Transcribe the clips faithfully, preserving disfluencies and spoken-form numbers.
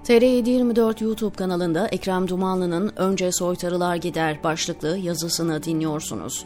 T R yedi yirmi dört YouTube kanalında Ekrem Dumanlı'nın "Önce soytarılar gider" başlıklı yazısını dinliyorsunuz.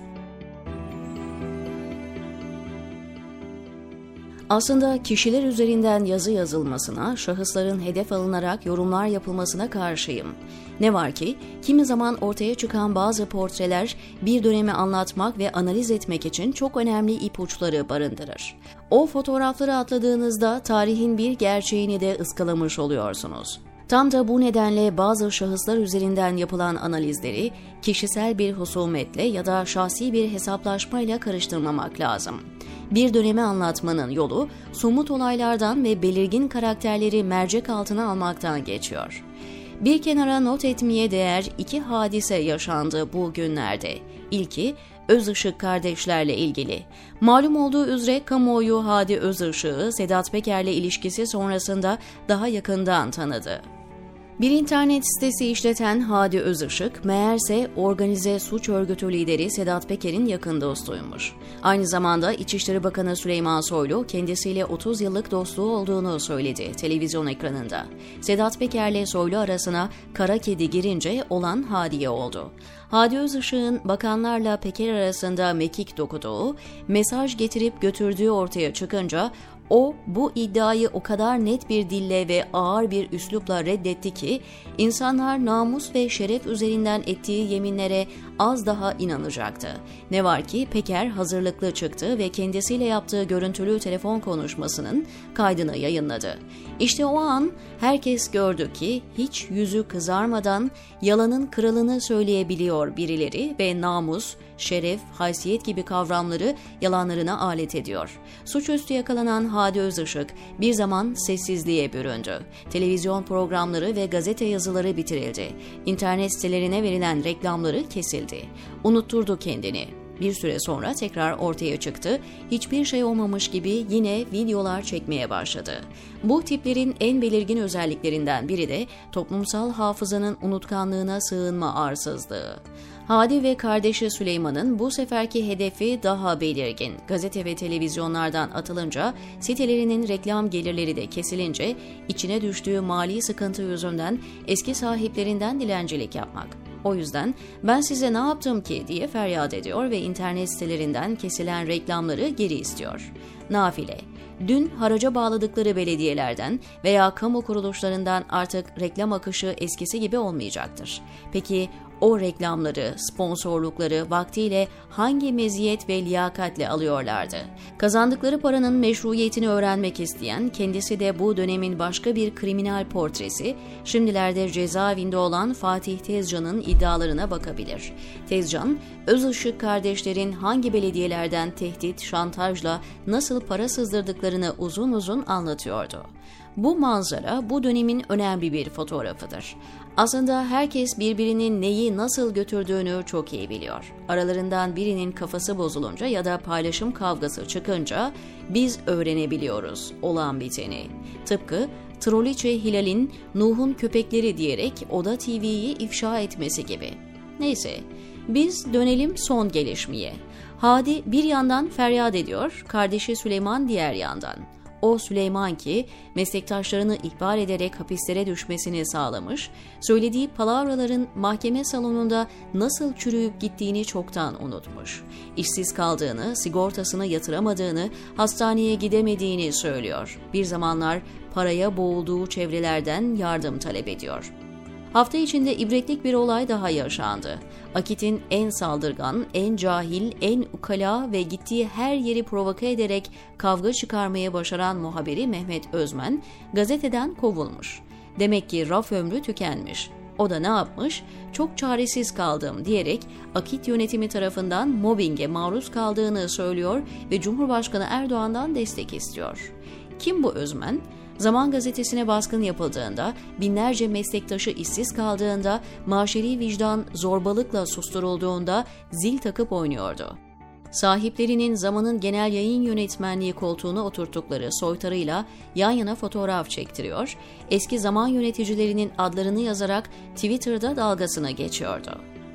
Aslında kişiler üzerinden yazı yazılmasına, şahısların hedef alınarak yorumlar yapılmasına karşıyım. Ne var ki, kimi zaman ortaya çıkan bazı portreler bir dönemi anlatmak ve analiz etmek için çok önemli ipuçları barındırır. O fotoğrafları atladığınızda tarihin bir gerçeğini de ıskalamış oluyorsunuz. Tam da bu nedenle bazı şahıslar üzerinden yapılan analizleri kişisel bir husumetle ya da şahsi bir hesaplaşmayla karıştırmamak lazım. Bir dönemi anlatmanın yolu, somut olaylardan ve belirgin karakterleri mercek altına almaktan geçiyor. Bir kenara not etmeye değer iki hadise yaşandı bu günlerde. İlki, Özışık kardeşlerle ilgili. Malum olduğu üzere kamuoyu Hadi Özışık'ı Sedat Peker'le ilişkisi sonrasında daha yakından tanıdı. Bir internet sitesi işleten Hadi Özışık, meğerse organize suç örgütü lideri Sedat Peker'in yakın dostuymuş. Aynı zamanda İçişleri Bakanı Süleyman Soylu kendisiyle otuz yıllık dostluğu olduğunu söyledi televizyon ekranında. Sedat Peker'le Soylu arasına kara kedi girince olan hadiye oldu. Hadi Özışık'ın bakanlarla Peker arasında mekik dokuduğu, mesaj getirip götürdüğü ortaya çıkınca o, bu iddiayı o kadar net bir dille ve ağır bir üslupla reddetti ki, insanlar namus ve şeref üzerinden ettiği yeminlere az daha inanacaktı. Ne var ki Peker hazırlıklı çıktı ve kendisiyle yaptığı görüntülü telefon konuşmasının kaydını yayınladı. İşte o an herkes gördü ki hiç yüzü kızarmadan yalanın kralını söyleyebiliyor birileri ve namus, şeref, haysiyet gibi kavramları yalanlarına alet ediyor. Suçüstü yakalanan Hadi Özışık bir zaman sessizliğe büründü. Televizyon programları ve gazete yazıları bitirildi. İnternet sitelerine verilen reklamları kesildi. Unutturdu kendini. Bir süre sonra tekrar ortaya çıktı, hiçbir şey olmamış gibi yine videolar çekmeye başladı. Bu tiplerin en belirgin özelliklerinden biri de toplumsal hafızanın unutkanlığına sığınma arsızlığı. Hadi ve kardeşi Süleyman'ın bu seferki hedefi daha belirgin. Gazete ve televizyonlardan atılınca, sitelerinin reklam gelirleri de kesilince, içine düştüğü mali sıkıntı yüzünden eski sahiplerinden dilencilik yapmak. O yüzden "ben size ne yaptım ki" diye feryat ediyor ve internet sitelerinden kesilen reklamları geri istiyor. Nafile, dün haraca bağladıkları belediyelerden veya kamu kuruluşlarından artık reklam akışı eskisi gibi olmayacaktır. Peki o reklamları, sponsorlukları vaktiyle hangi meziyet ve liyakatle alıyorlardı? Kazandıkları paranın meşruiyetini öğrenmek isteyen, kendisi de bu dönemin başka bir kriminal portresi, şimdilerde cezaevinde olan Fatih Tezcan'ın iddialarına bakabilir. Tezcan, Özışık kardeşlerin hangi belediyelerden tehdit, şantajla nasıl para sızdırdıklarını uzun uzun anlatıyordu. Bu manzara bu dönemin önemli bir fotoğrafıdır. Aslında herkes birbirinin neyi nasıl götürdüğünü çok iyi biliyor. Aralarından birinin kafası bozulunca ya da paylaşım kavgası çıkınca biz öğrenebiliyoruz olan biteni. Tıpkı Troliçe Hilal'in "Nuh'un köpekleri" diyerek Oda T V'yi ifşa etmesi gibi. Neyse, biz dönelim son gelişmeye. Hadi bir yandan feryat ediyor, kardeşi Süleyman diğer yandan. O Süleyman ki meslektaşlarını ihbar ederek hapislere düşmesini sağlamış, söylediği palavraların mahkeme salonunda nasıl çürüyüp gittiğini çoktan unutmuş. İşsiz kaldığını, sigortasını yatıramadığını, hastaneye gidemediğini söylüyor. Bir zamanlar paraya boğulduğu çevrelerden yardım talep ediyor. Hafta içinde ibretlik bir olay daha yaşandı. Akit'in en saldırgan, en cahil, en ukala ve gittiği her yeri provoke ederek kavga çıkarmaya başaran muhabiri Mehmet Özmen gazeteden kovulmuş. Demek ki raf ömrü tükenmiş. O da ne yapmış? "Çok çaresiz kaldım" diyerek Akit yönetimi tarafından mobbinge maruz kaldığını söylüyor ve Cumhurbaşkanı Erdoğan'dan destek istiyor. Kim bu Özmen? Zaman Gazetesi'ne baskın yapıldığında, binlerce meslektaşı işsiz kaldığında, maşeri vicdan zorbalıkla susturulduğunda zil takıp oynuyordu. Sahiplerinin Zaman'ın genel yayın yönetmenliği koltuğuna oturttukları soytarıyla yan yana fotoğraf çektiriyor, eski Zaman yöneticilerinin adlarını yazarak Twitter'da dalgasına geçiyordu.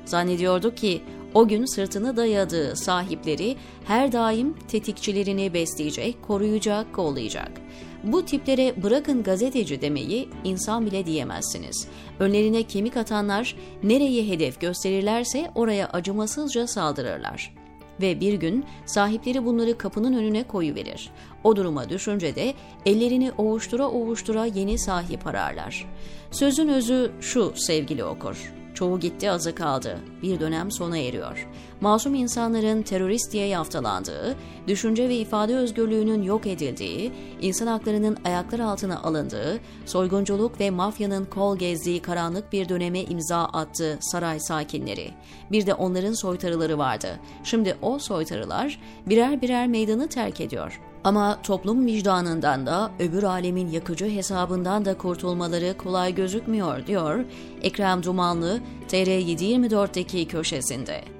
Zannediyorduk ki o gün sırtını dayadığı sahipleri her daim tetikçilerini besleyecek, koruyacak, kollayacak. Bu tiplere bırakın gazeteci demeyi, insan bile diyemezsiniz. Önlerine kemik atanlar nereye hedef gösterirlerse oraya acımasızca saldırırlar. Ve bir gün sahipleri bunları kapının önüne koyuverir. O duruma düşünce de ellerini ovuştura ovuştura yeni sahip ararlar. Sözün özü şu sevgili okur. Çoğu gitti, azı kaldı. Bir dönem sona eriyor. Masum insanların terörist diye yaftalandığı, düşünce ve ifade özgürlüğünün yok edildiği, insan haklarının ayaklar altına alındığı, soygunculuk ve mafyanın kol gezdiği karanlık bir döneme imza attı saray sakinleri. Bir de onların soytarıları vardı. Şimdi o soytarılar birer birer meydanı terk ediyor. Ama toplum vicdanından da öbür alemin yakıcı hesabından da kurtulmaları kolay gözükmüyor diyor Ekrem Dumanlı T R yedi yirmi dört'teki köşesinde.